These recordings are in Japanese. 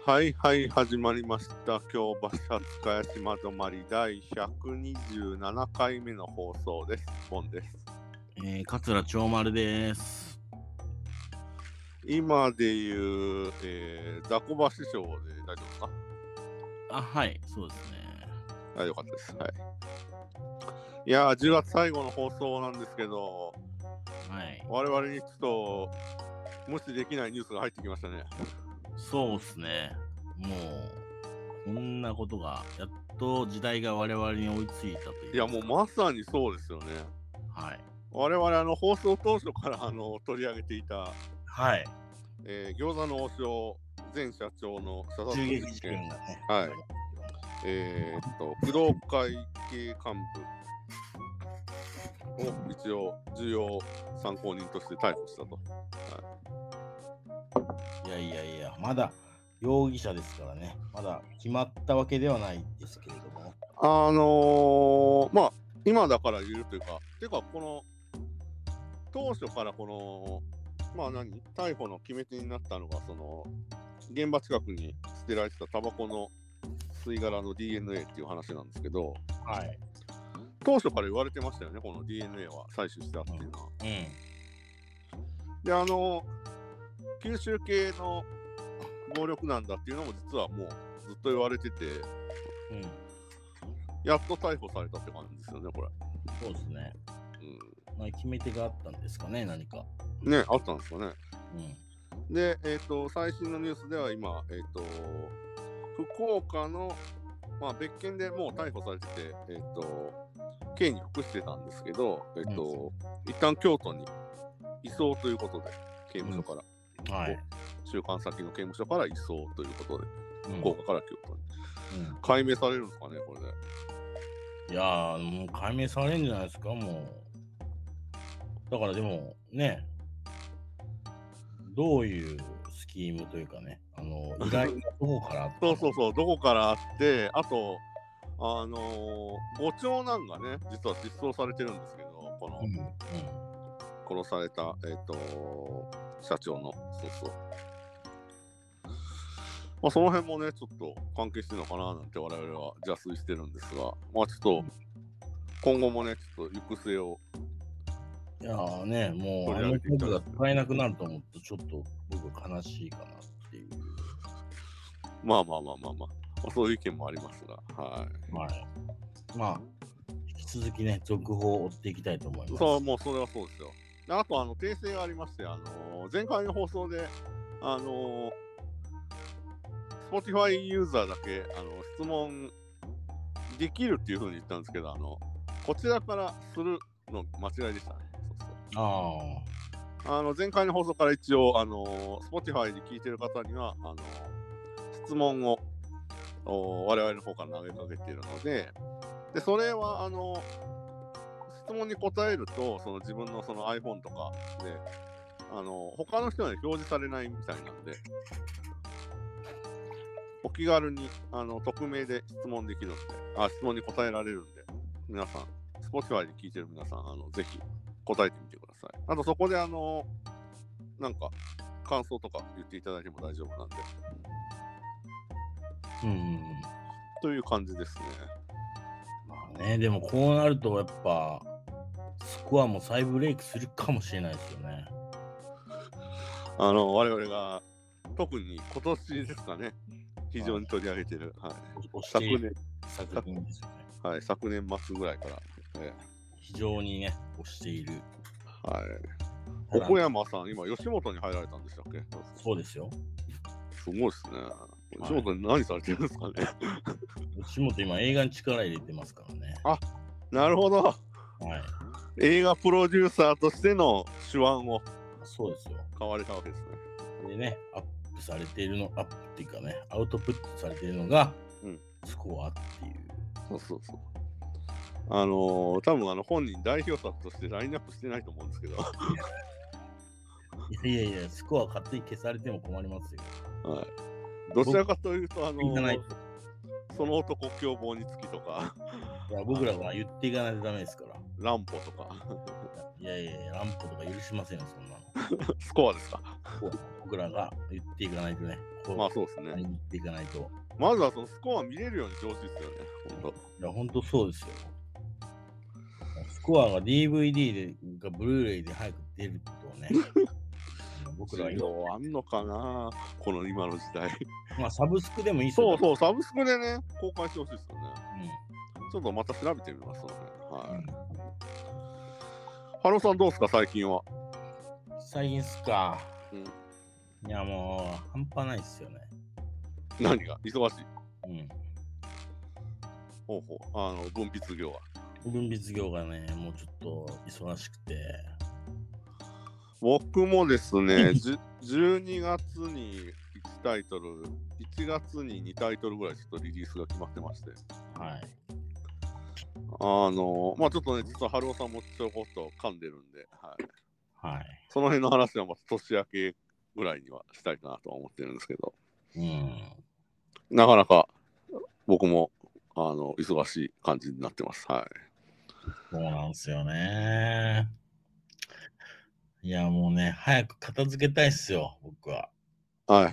はいはい、始まりました。京橋廿日屋島止まり第127回目の放送です。ポンです。 桂長丸です。 今で言う、雑魚場師匠で大丈夫ですか？ はい、そうですね。 よかったです。はい。いやー、10月最後の放送なんですけど、 はい。 我々にちょっと無視できないニュースが入ってきましたね。 そうですね。もう、こんなことが、やっと時代が我々に追いついたという。 いや、もうまさにそうですよね。 はい。 我々放送当初から取り上げていた、 はい。 餃子の王将前社長の射殺銃撃事件。 事件がね。 はい。工藤会系幹部を一応重要参考人として逮捕したと。 いや、まだ容疑者ですからね。まだ決まったわけではないですけれども。 まあ今だから言うというか、この当初からこの逮捕の決め手になったのが現場近くに捨てられてたタバコの吸い殻の DNA っていう話なんですけど、 はい。 当初から言われてましたよね、この DNA は採取したっていうのは。で、九州系の暴力なんだっていうのも実はもうずっと言われてて、やっと逮捕されたって感じですよね、これ。 そうですね。決め手があったんですかね、何か。 ね、あったんですかね。で、最新のニュースでは今、福岡の、別件でもう逮捕されてて、刑に服してたんですけど、一旦京都に移送ということで、刑務所から、 はい。 収監先の刑務所から移送ということで、福岡から京都に。解明されるんですかね、これで。 いやー、もう解明されるんじゃないですか、もう。だからでもね、どういうスキームというかね、依頼がどこからあったの？ そう、どこからあって、あと、ご長男がね、実は失踪されてるんですけど、この、殺された、社長の、その辺もね、ちょっと関係してるのかななんて我々は邪推してるんですが、ちょっと、今後もね、ちょっと行く末を。 いやーね、もう僕が使えなくなると思うと、ちょっと僕は悲しいかなっていう。 そういう意見もありますが、はい。 引き続きね、続報を追っていきたいと思います。 そう、もうそれはそうですよ。あと、訂正がありまして、前回の放送で、Spotify ユーザーだけ、質問できるっていう風に言ったんですけど、こちらからするの間違いでしたね。前回の放送から一応、Spotify で聞いてる方には、質問を我々の方から投げかけているので、それは、質問に答えると、自分のiPhone とかで、他の人に表示されないみたいなんで、お気軽に匿名で質問できるので、質問に答えられるんで、皆さん、Spotify で聞いてる皆さん、ぜひ答えてみてください。あとそこでなんか感想とか言っていただいても大丈夫なんで。という感じですね。でもこうなるとやっぱスコアも再ブレイクするかもしれないですよね。 我々が特に今年ですかね、非常に取り上げてる、昨年ですよね。はい、昨年末ぐらいから、 非常にね推している。 小山さん、今吉本に入られたんでしたっけ？ そうですよ。 すごいですね。吉本に何されてるんですかね？ 吉本今映画に力入れてますからね。 なるほど。映画プロデューサーとしての手腕を買われたわけですね。 でね、アップされているの、アップっていうかね、アウトプットされているのが、スコアっていう。 そう。多分本人代表作としてラインナップしてないと思うんですけど。 いや、スコア勝手に消されても困りますよ。 どちらかというと、その男凶暴につきとか。 いや、僕らは言っていかないとダメですから。 乱歩とか。 いや、乱歩とか許しませんよ、そんなの。 スコアですか？ 僕らが言っていかないとね。 まあそうですね。 言っていかないと。 まずはそのスコア見れるようにしてほしいですよね。 いや、ほんとそうですよ。スコアが DVD でがブルーレイで早く出ることをね。僕らは需要あんのかな、この今の時代。 まあサブスクでもいいですよ。 そう、サブスクでね、公開してほしいですよね。ちょっとまた調べてみます、その辺。はい。ハローさんどうですか、最近は。 最近っすか。いや、もう、半端ないっすよね。 何が忙しい。ほう。分泌業は。 分泌業がね、もうちょっと忙しくて。 僕もですね、12月に1タイトル、1月に2タイトルぐらいちょっとリリースが決まってまして。 はい。 まあちょっとね、実は春尾さんもちょこっと噛んでるんで、はい。 はい。 その辺の話はまた年明けぐらいにはしたいかなとは思ってるんですけど。なかなか僕も忙しい感じになってます。はい。 そうなんですよね。いや、もうね、早く片付けたいっすよ、僕は。 はい。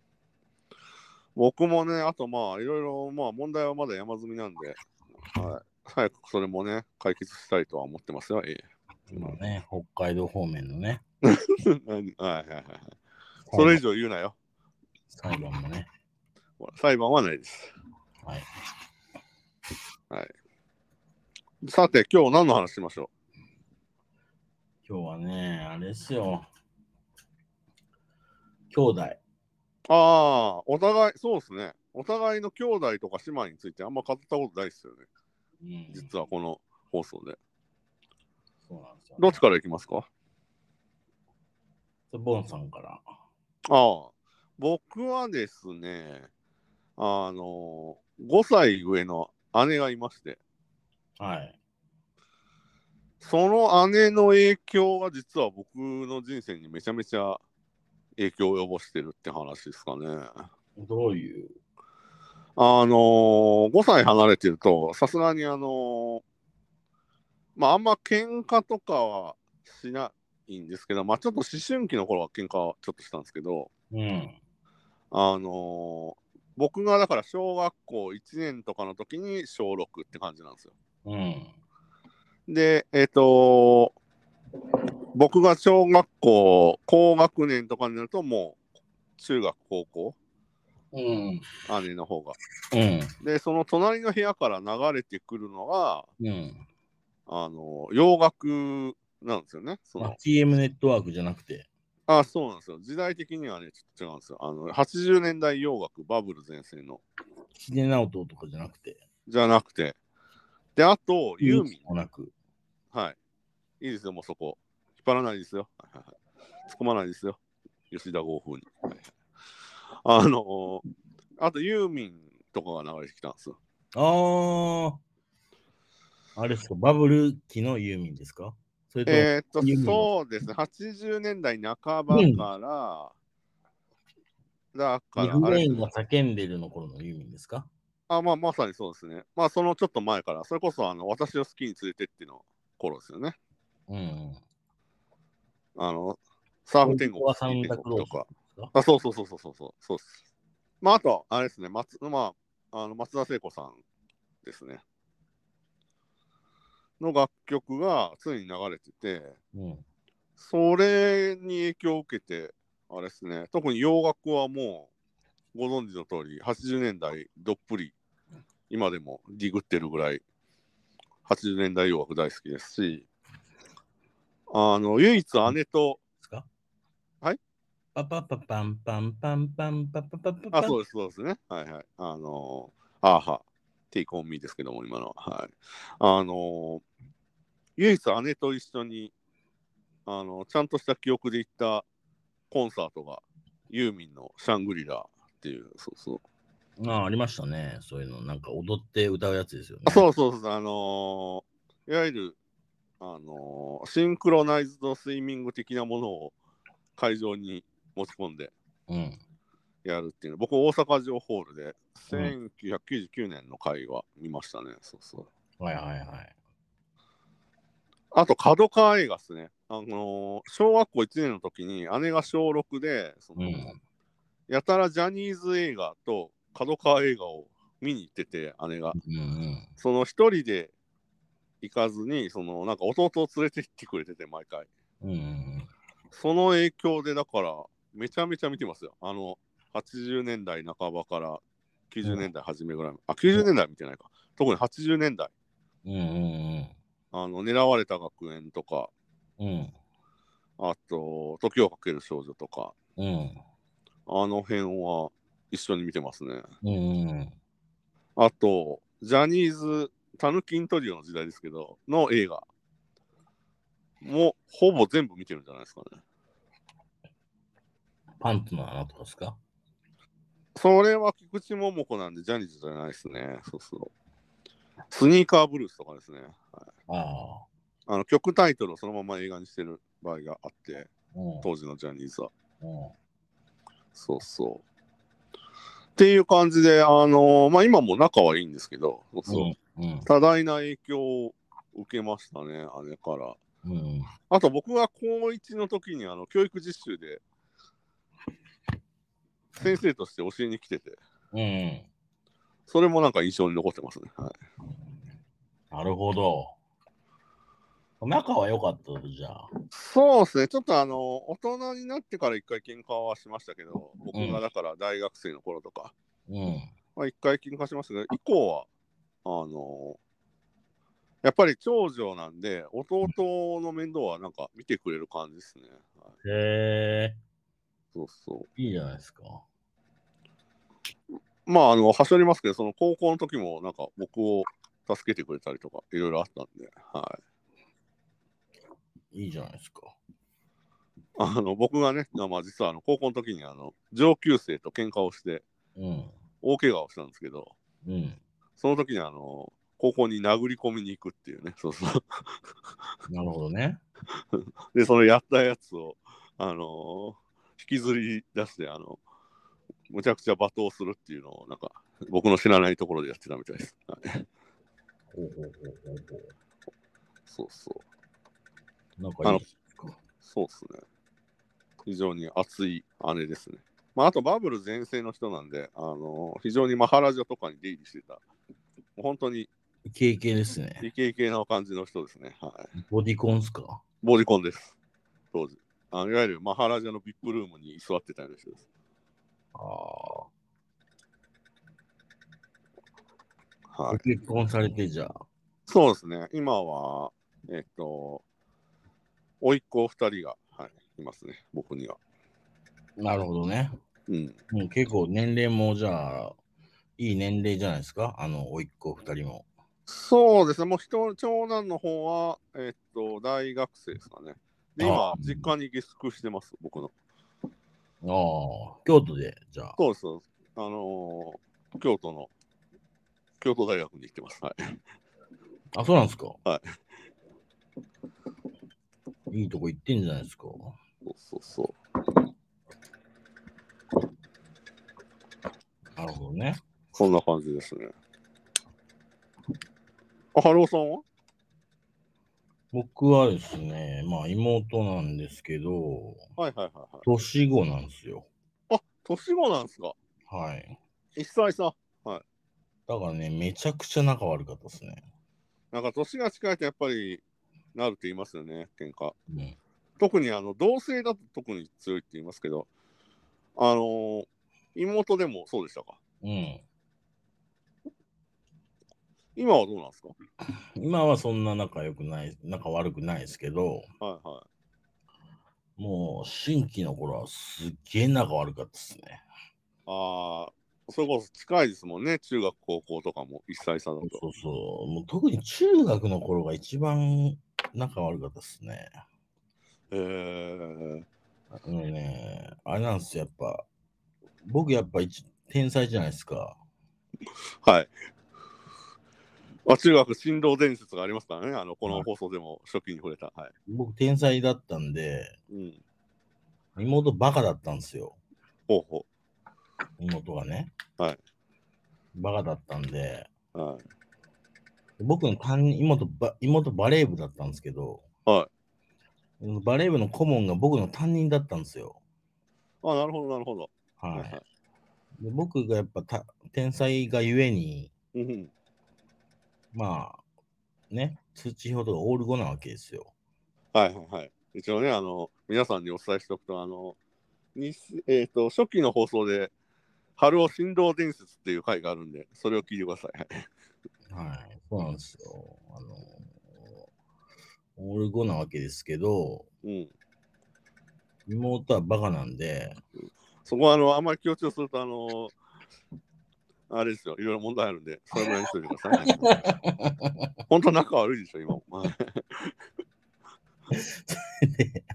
僕もね、あとまあ、いろいろ、まあ、問題はまだ山積みなんで、はい。早くそれもね、解決したいとは思ってますよ。 今ね、北海道方面のね。 はい。それ以上言うなよ。 裁判もね。 裁判はないです。 はい。 さて、今日何の話しましょう。 今日はね、あれですよ。兄弟。 お互い、そうですね。お互いの兄弟とか姉妹についてあんま語ったことないですよね。実はこの放送で。 そうなんですよ、ね。 どっちからいきますか？ ボンさんから。 僕はですね、5歳上の姉がいまして。 はい。 その姉の影響が実は僕の人生にめちゃめちゃ影響を及ぼしてるって話ですかね。 どういう 5歳離れてると、さすがにまああんま喧嘩とかはしないんですけど、まあちょっと思春期の頃は喧嘩はちょっとしたんですけど、僕がだから小学校1年とかの時に小6って感じなんですよ。で、僕が小学校高学年とかになるともう中学高校、姉の方が、でその隣の部屋から流れてくるのが、洋楽なんですよね。 TM ネットワークじゃなくて。 そうなんですよ。時代的にはね、ちょっと違うんですよ。80年代洋楽、バブル全盛の。 秀直人とかじゃなくて。 じゃなくて。で、あと、ユーミン。はい。いいですよ、もうそこ。引っ張らないですよ。突っ込まないですよ。吉田豪風に。あと、ユーミンとかが流れてきたんですよ。 あれですか、バブル期のユーミンですか？それとそうですね。80年代半ばから、 あれですね。が叫んでるの頃のユーミンですか？ まさにそうですね。まあ、そのちょっと前から、それこそ私を好きに連れてっての頃ですよね。サーフ天国、スキー天国とか。そうです。まあ、あと、あれですね、松田聖子さんですね。の楽曲が常に流れてて、それに影響を受けて、あれですね、特に洋楽はもう、ご存知の通り、80年代どっぷり、今でもディグってるぐらい、80年代洋楽大好きですし、唯一姉と、はい、 パパパパンパンパンパンパパパパパン。 そうですね。はい。テイクオンミーですけども、今のは。はい。唯一姉と一緒に、ちゃんとした記憶で行ったコンサートが、ユーミンのシャングリラっていう、 ありましたね。そういうの、なんか踊って歌うやつですよね。 いわゆる、シンクロナイズドスイミング的なものを会場に持ち込んでやるっていうの、僕大阪城ホールで1999年の回は見ましたね。 はい。 あと角川映画ですね。 小学校1年の時に姉が小6で、やたらジャニーズ映画と角川映画を見に行ってて、姉が。その一人で行かずに、なんか弟を連れて行ってくれてて、毎回。その影響で、だから、めちゃめちゃ見てますよ。80年代半ばから90年代初めぐらい。90年代見てないか。特に80年代。狙われた学園とか、あと、時をかける少女とか、あの辺は一緒に見てますね。あと、ジャニーズ、タヌキントリオの時代ですけど、の映画もほぼ全部見てるんじゃないですかね。 パンツの穴とかですか？ それは菊池桃子なんでジャニーズじゃないですね。そうそう。スニーカーブルースとかですね。曲タイトルをそのまま映画にしてる場合があって、当時のジャニーズは。そうそう。っていう感じで、今も仲はいいんですけど、多大な影響を受けましたね、姉から。あと僕が高1の時に教育実習で先生として教えに来てて、それもなんか印象に残ってますね。 なるほど。仲は良かったじゃあ。 そうですね。ちょっと大人になってから一回喧嘩はしましたけど、僕がだから大学生の頃とか、一回喧嘩しましたけど、以降は、やっぱり長女なんで、弟の面倒はなんか見てくれる感じですね。 へえ。 そうそう。 いいじゃないですか。 はしょりますけど、その高校の時もなんか僕を助けてくれたりとか、いろいろあったんで、 いいじゃないですか。 僕がね、実は高校の時に上級生と喧嘩をして、大怪我をしたんですけど、その時に高校に殴り込みに行くっていうね、そうそう。 なるほどね。 で、そのやったやつを、引きずり出して、むちゃくちゃ罵倒するっていうのを、なんか、僕の知らないところでやってたみたいです。そうそう。 なんかいいですか。 そうですね。非常に熱い姉ですね。あとバブル全盛の人なんで、非常にマハラジャとかに出入りしてた、本当にイケイケですね。 イケイケな感じの人ですね。 ボディコンですか？ ボディコンです。当時。いわゆるマハラジャのビップルームに居座ってたような人です。 ご結婚されてじゃあ。 そうですね。今は、甥っ子2人が、いますね。僕には。 なるほどね。結構年齢もじゃあ、いい年齢じゃないですか、甥っ子2人も。 そうですね。もう長男の方は、大学生ですかね。で、今、実家に下宿してます、僕の。 京都で、じゃあ。 そうです。京都大学に行ってます。 そうなんですか。 いいとこ行ってんじゃないですか。 そう。 なるほどね。 そんな感じですね。春尾さんは？ 僕はですね、妹なんですけど、年子なんですよ。 年子なんですか？ はい。 1歳差。 だからね、めちゃくちゃ仲悪かったですね。 なんか年が近いとやっぱりなるって言いますよね、喧嘩。特に同性だと特に強いって言いますけど、妹でもそうでしたか？今はどうなんですか？ 今はそんな仲悪くないですけど、もう新規の頃はすっげえ仲悪かったですね。 それこそ近いですもんね、中学高校とかも1歳差だと。 もう特に中学の頃が一番仲悪かったですね。あれなんですよ、やっぱ僕やっぱ天才じゃないですか。 中学振動伝説がありますからね、この放送でも初期に触れた。 僕天才だったんで、妹バカだったんですよ。妹がね。バカだったんで、僕の妹バレー部だったんですけど、 バレー部の顧問が僕の担任だったんですよ。 あ、なるほど、なるほど。 はい。 はいはい。 で僕がやっぱ天才がゆえに、 うん。 まあ、ね、通知表とかオール5なわけですよ。 はいはいはい。一応ね、皆さんにお伝えしておくと、初期の放送で、春尾振動伝説っていう回があるんで、それを聞いてください。 はい、そうなんですよ。オール5なわけですけど、 うん。 妹はバカなんで、 そこはあんまり強調すると、あれですよ、いろいろ問題あるんで、それぐらいにしといてください。本当仲悪いでしょ、今も。 で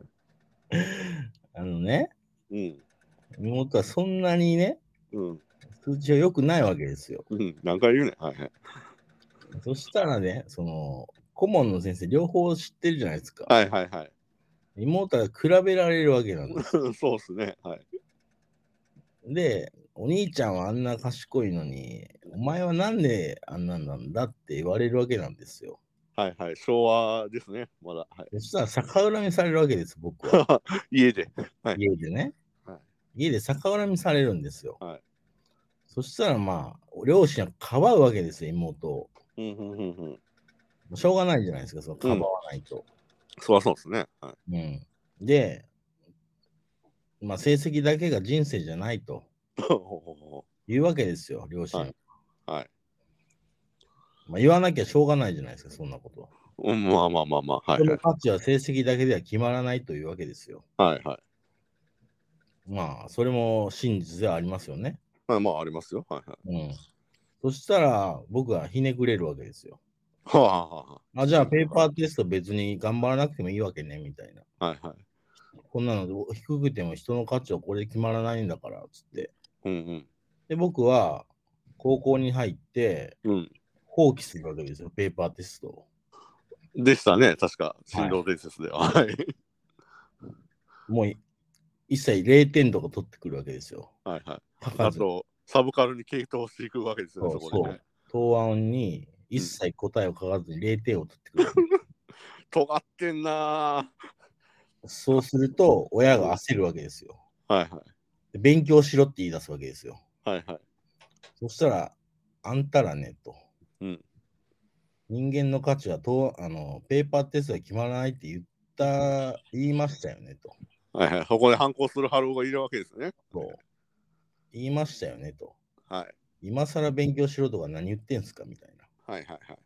ね、 うん。 妹はそんなにね、 うん。 通知は良くないわけですよ。 うん。何回言うね。はいはい。 そしたらね、顧問の先生両方知ってるじゃないですか。 はいはいはい。 妹は比べられるわけなんです。 そうっすね。はい。 で、お兄ちゃんはあんな賢いのに、お前はなんであんなんなんだって言われるわけなんですよ。 はいはい。昭和ですね。まだ。はい。 そしたら逆恨みされるわけです、僕は。 家で。はい。 家でね。 はい。 家で逆恨みされるんですよ。 はい。 そしたらまあ、両親はかばうわけですよ、妹を。 うんうんうんしょうがないじゃないですか、そのうん。 かばわないと。 そりゃそうですね。はい。 うん。で、まあ、成績だけが人生じゃないというわけですよ、両親。 はい。はい。 まあ、言わなきゃしょうがないじゃないですか、そんなことは。 うん、まあまあまあまあ。はいはい。 人の価値は成績だけでは決まらないというわけですよ。 はいはい。 まあ、それも真実ではありますよね。 まあまあ、ありますよ。はいはい。 うん。そしたら、僕はひねくれるわけですよ。 はあはあはあ、じゃあ、ペーパーテスト別に頑張らなくてもいいわけね、みたいな。 あ。はいはい。 こんなの低くても人の価値はこれで決まらないんだから、つって。 うんで、僕は高校に入ってうん。うん。 放棄するわけですよ、ペーパーテストを。 でしたね。確か。振はい。 動伝説では。はい。 もう一切0点とか取ってくるわけですよ。 はいはい。 書かずに。 あと、サブカルに傾倒していくわけですよね、 そうそう。 そこでね。 答案に一切答えを書かずに0点を取ってくるわけ。 尖ってんなそうすると、親うん。 が焦るわけですよ。 はいはい。 で勉強しろって言い出すわけですよ。 はいはい。 そしたら、あんたらねと。 うん。 人間の価値はペーパーテストで決まらないって言いましたよねと。 はいはい。そこで反抗するハローがいるわけですね。 そう言いましたよねと。 はい。 今更勉強しろとか何言ってんすかみたいな。 はいはいはい。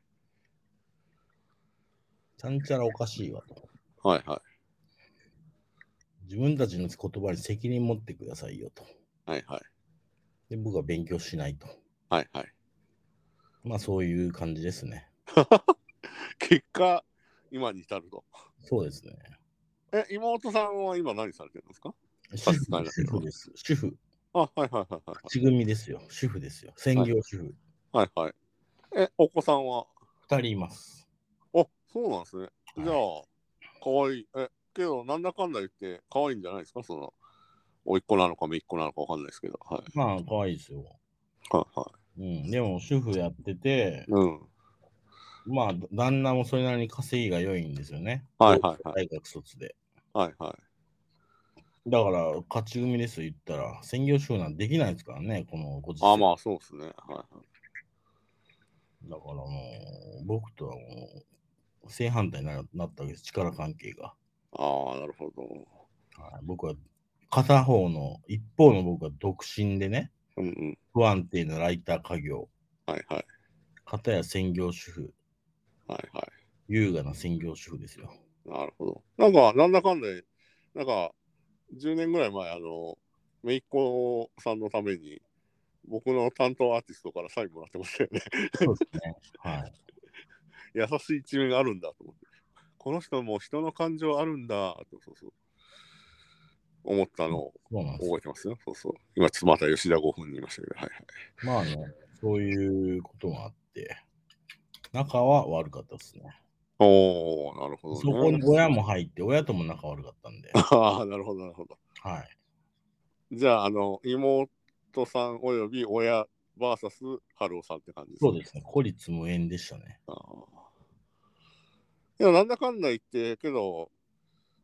ちゃんちゃらおかしいわと。 はいはい。 自分たちの言葉に責任持ってくださいよと。 はいはい。 で、僕は勉強しないと。 はいはい。 まあそういう感じですね。 結果、今に至ると。 そうですね。 妹さんは今何されてるんですか？差し主婦支えなければ。 主婦です。主婦。 あ、はいはいはいはい勝ち組ですよ。主婦ですよ。専はい。 業主婦。 はいはい。お子さんは？ 2人います。 あ、そうなんですね。じゃはい。 あ、かわいい。けど、なんだかんだ言って、かわいいんじゃないですか？甥っ子なのか姪っ子なのかわかんないですけど。はい。 まあ、可愛いですよ。 はいはうん。でも、主婦やってて、 い。うん。 まあ、旦那もそれなりに稼ぎが良いんですよね。 はいはいはい。 大学卒で。 はいはい。 だから、勝ち組ですよ、言ったら。専業主婦なんてできないですからね、このご時あ、 世。 まあそうですね。はいはい。 だからもう、僕とはもう、正反対になったわけです、力関係が。 ああ、なるほど。 はい、僕は、一方の僕は独身でね、 うんうん。 不安定なライター家業、 はいはい。 片や専業主婦、 はいは優雅な専業主婦ですよ。 い。なるほど。なんか、なんだかんだで、なんか、10年ぐらい前、姪っ子さんのために、僕の担当アーティストからサインもらってましたよね。 そうですね。はい。 優しい一面があるんだと思って。この人も人の感情あるんだと、そうそう。思ったのをそうなんですよ。 覚えてますよ。そうそう。今、また吉田5分にいましたけど、はいはい。 まあね、そういうことがあって、仲は悪かったですね。 おー、なるほそこにどね。 親も入って、親とも仲悪かったんで。 ああ、なるほど、なるほど。 はい。 じゃあ、妹さんおよび親 VS 春尾さんって感じですか？ そうですね。孤立無縁でしたね。 あーいや、なんだかんだ言って、けど、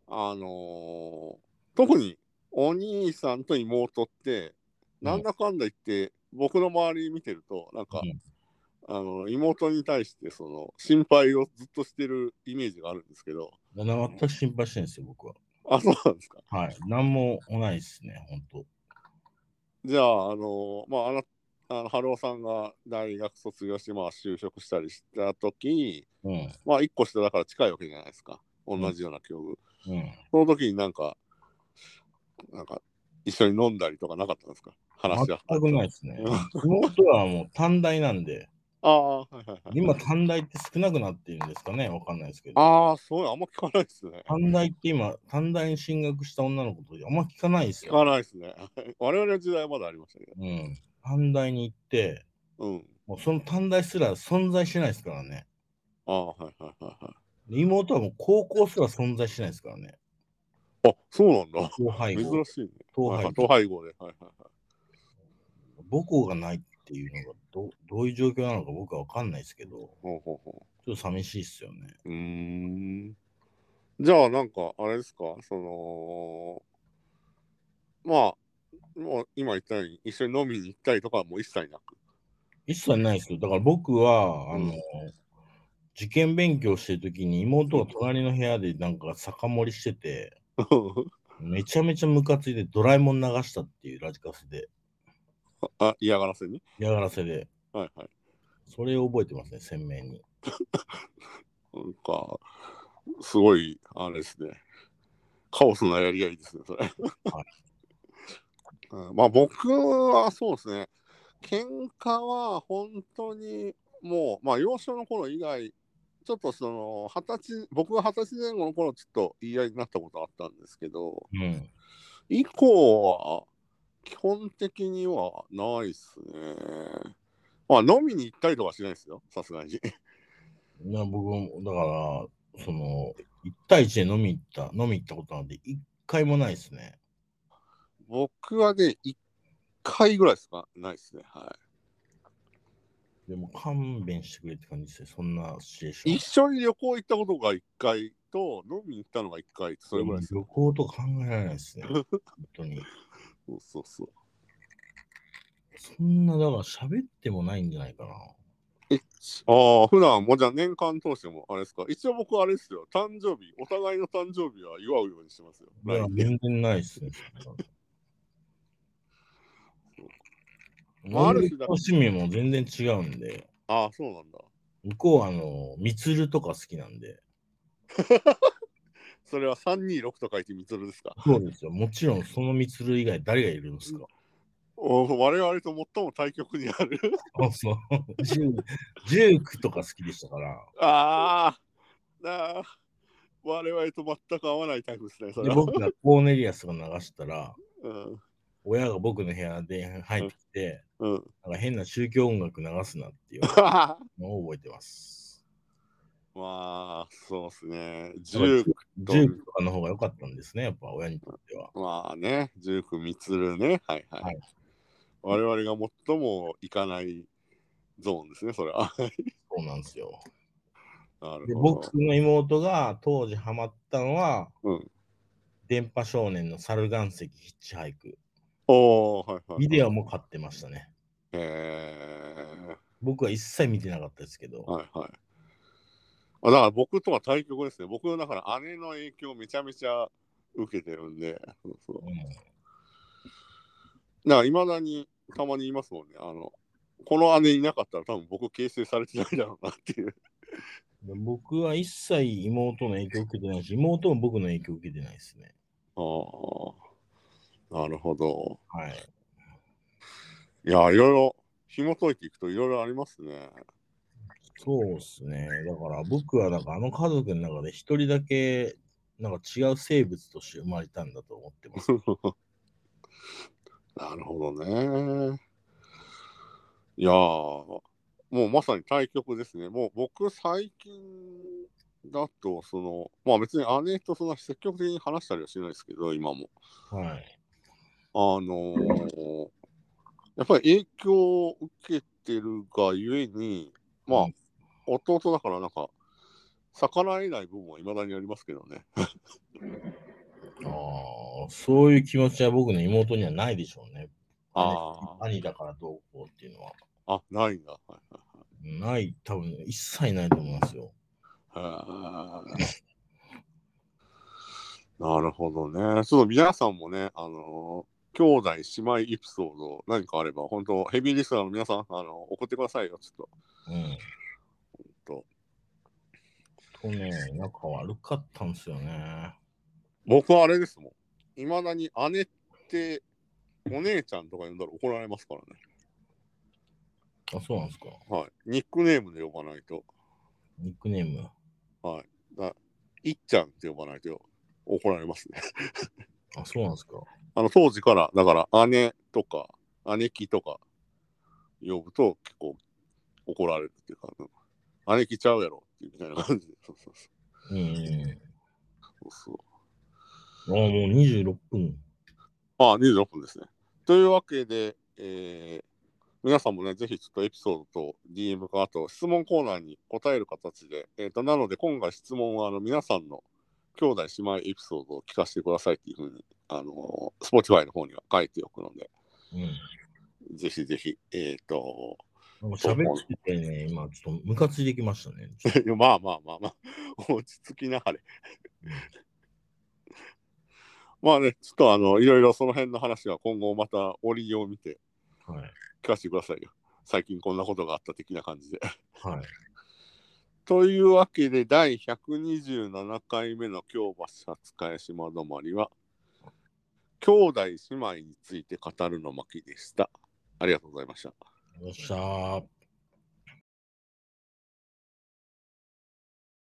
特にお兄さんと妹って、なんだかんだ言って、僕の周り見てると、なんか、妹に対してその心配をずっとしてるイメージがあるんですけど。 全く心配してないですよ、僕は。 あ、そうなんですか。 はい。なんもないですね、本当。 じゃあ、春尾さんが大学卒業して、まあ、就職したりしたとき、まあ、一個下だから近いわけじゃないですか。同じような境遇。その時になんか、一緒に飲んだりとかなかったんですか？話し合った全くないですね。妹はもう短大なんで、 はいはいはい。 今短大って少なくなっているんですかね、わかんないですけど。 そういうのあんま聞かないですね。 短大って今、短大に進学した女の子とあんま聞かないですよ。 聞かないですね。我々の時代はまだありましたけど。 短大に行って、もうその短大すら存在しないですからね。 はいはいはいはい。 妹はもう高校すら存在しないですからね。 そうなんだ。 統廃合。 珍しいね。 統廃合。 統廃合で。はいはいはい。 母校がないっていうのがどういう状況なのか僕は分かんないですけど、ちょっと寂しいっすよね。 じゃあなんかあれですか、まあもう今言ったように一緒に飲みに行ったりとかはもう一切なく。 一切ないですよ。だから僕は受験勉強してる時に妹が隣の部屋でなんか酒盛りしてて、めちゃめちゃムカついてドラえもん流したっていうラジカセで。 嫌がらせに？ 嫌がらせで。 はいはい。 それを覚えてますね、鮮明に。 なんか、すごい、あれですね。カオスなやり合いですね、それ。はい。まあ僕はそうですね。喧嘩は本当にもう、まあ幼少の頃以外、ちょっと僕が20歳前後の頃ちょっと言い合いになったことあったんですけど、以降は基本的にはないっすね。まあ飲みに行ったりとかしないですよ、さすがに。 僕も、だから、1対1で飲み行ったことなんて1回もないですね。 僕はね、1回ぐらいですか？ないですね。はい。 でも勘弁してくれって感じですね、そんなシチュエーション。 一緒に旅行行ったことが1回と、飲みに行ったのが1回、それぐらいですよ。 旅行とか考えられないですね。本当に。 そう。 そんな、だから喋ってもないんじゃないかな。 普段もじゃあ年間通してもあれですか？一応僕あれですよ。誕生日、お互いの誕生日は祝うようにしてますよ。 いや、全然ないですね。音楽の趣味も全然違うんで。 そうなんだ。 向こうはみつるとか好きなんで。 それは326と書いてみつるですか？ そうですよ。もちろんそのみつる以外誰がいるんですか？ 我々と最も対極にある。 そう。ジュークとか好きでしたから。 我々と全く合わないタイプですね、それで、 は。 僕がコーネリアスが流したら、親が僕の部屋で入ってきて、なんか変な宗教音楽流すなっていうのを覚えてます。 まあ、そうですね。 ジュークとかの方が良かったんですね、やっぱ親にとっては。 まあね、ジュークみつるね。はい。我々が最も行かないゾーンですね、それは。 そうなんですよ。で、 なるほど。 僕の妹が当時ハマったのは、電波少年の猿岩石ヒッチハイク。ビデオも買ってましたね。僕は一切見てなかったですけど。 だから僕とは対極ですね。僕はだから姉の影響をめちゃめちゃ受けてるんで。だからいまだにたまに言いますもんね。この姉いなかったら多分僕形成されてないだろうなっていう。 僕は一切妹の影響を受けてないし、妹も僕の影響を受けてないですね。 なるほど。 はい。 いや、いろいろ紐解いていくといろいろありますね。 そうですね。だから僕はなんか家族の中で一人だけなんか違う生物として生まれたんだと思ってます。 なるほどね。いやもうまさに対極ですね。もう僕最近だとまあ別に姉とそんな積極的に話したりはしないですけど、今も。 はい。 やっぱり影響を受けてるがゆえに、まあ、弟だからなんか逆らえない部分はいまだにありますけどね。 そういう気持ちは僕の妹にはないでしょうね。 あ兄だからどうこうっていうのは。 あ、ないんだ。はいない、多分一切ないと思いますよ。 なるほどね。ちょっと皆さんもね、兄弟姉妹エピソード何かあれば、本当ヘビーリスナーの皆さん、送ってくださいよ、ちょっと。 仲悪かったんですよね。 僕はあれですもん。いまだに姉ってお姉ちゃんとか呼んだら怒られますからね。 そうなんですか。 はい。ニックネームで呼ばないと。 ニックネーム。 はい。いっちゃんって呼ばないと怒られますね。 そうなんですか。 当時から、だから姉とか姉貴とか呼ぶと結構怒られるっていうか、姉貴ちゃうやろっていうみたいな感じで。そう。 もう26分。 26分ですね。というわけで、皆さんもね、ぜひちょっとエピソードと DM か、あと質問コーナーに答える形で、なので今回質問は皆さんの兄弟姉妹エピソードを聞かせてくださいっていうふうに、Spotify の方には書いておくので、ぜひぜひ、 喋っててね、今ちょっとムカついてきましたね。 まあ、落ち着きなはれ。まあね、ちょっといろいろその辺の話は今後また折を見て聞かせてくださいよ。最近こんなことがあった的な感じで。 はい。 というわけで第127回目の京橋初返しまどまりは兄弟姉妹について語るの巻でした。ありがとうございました。 よっしゃー。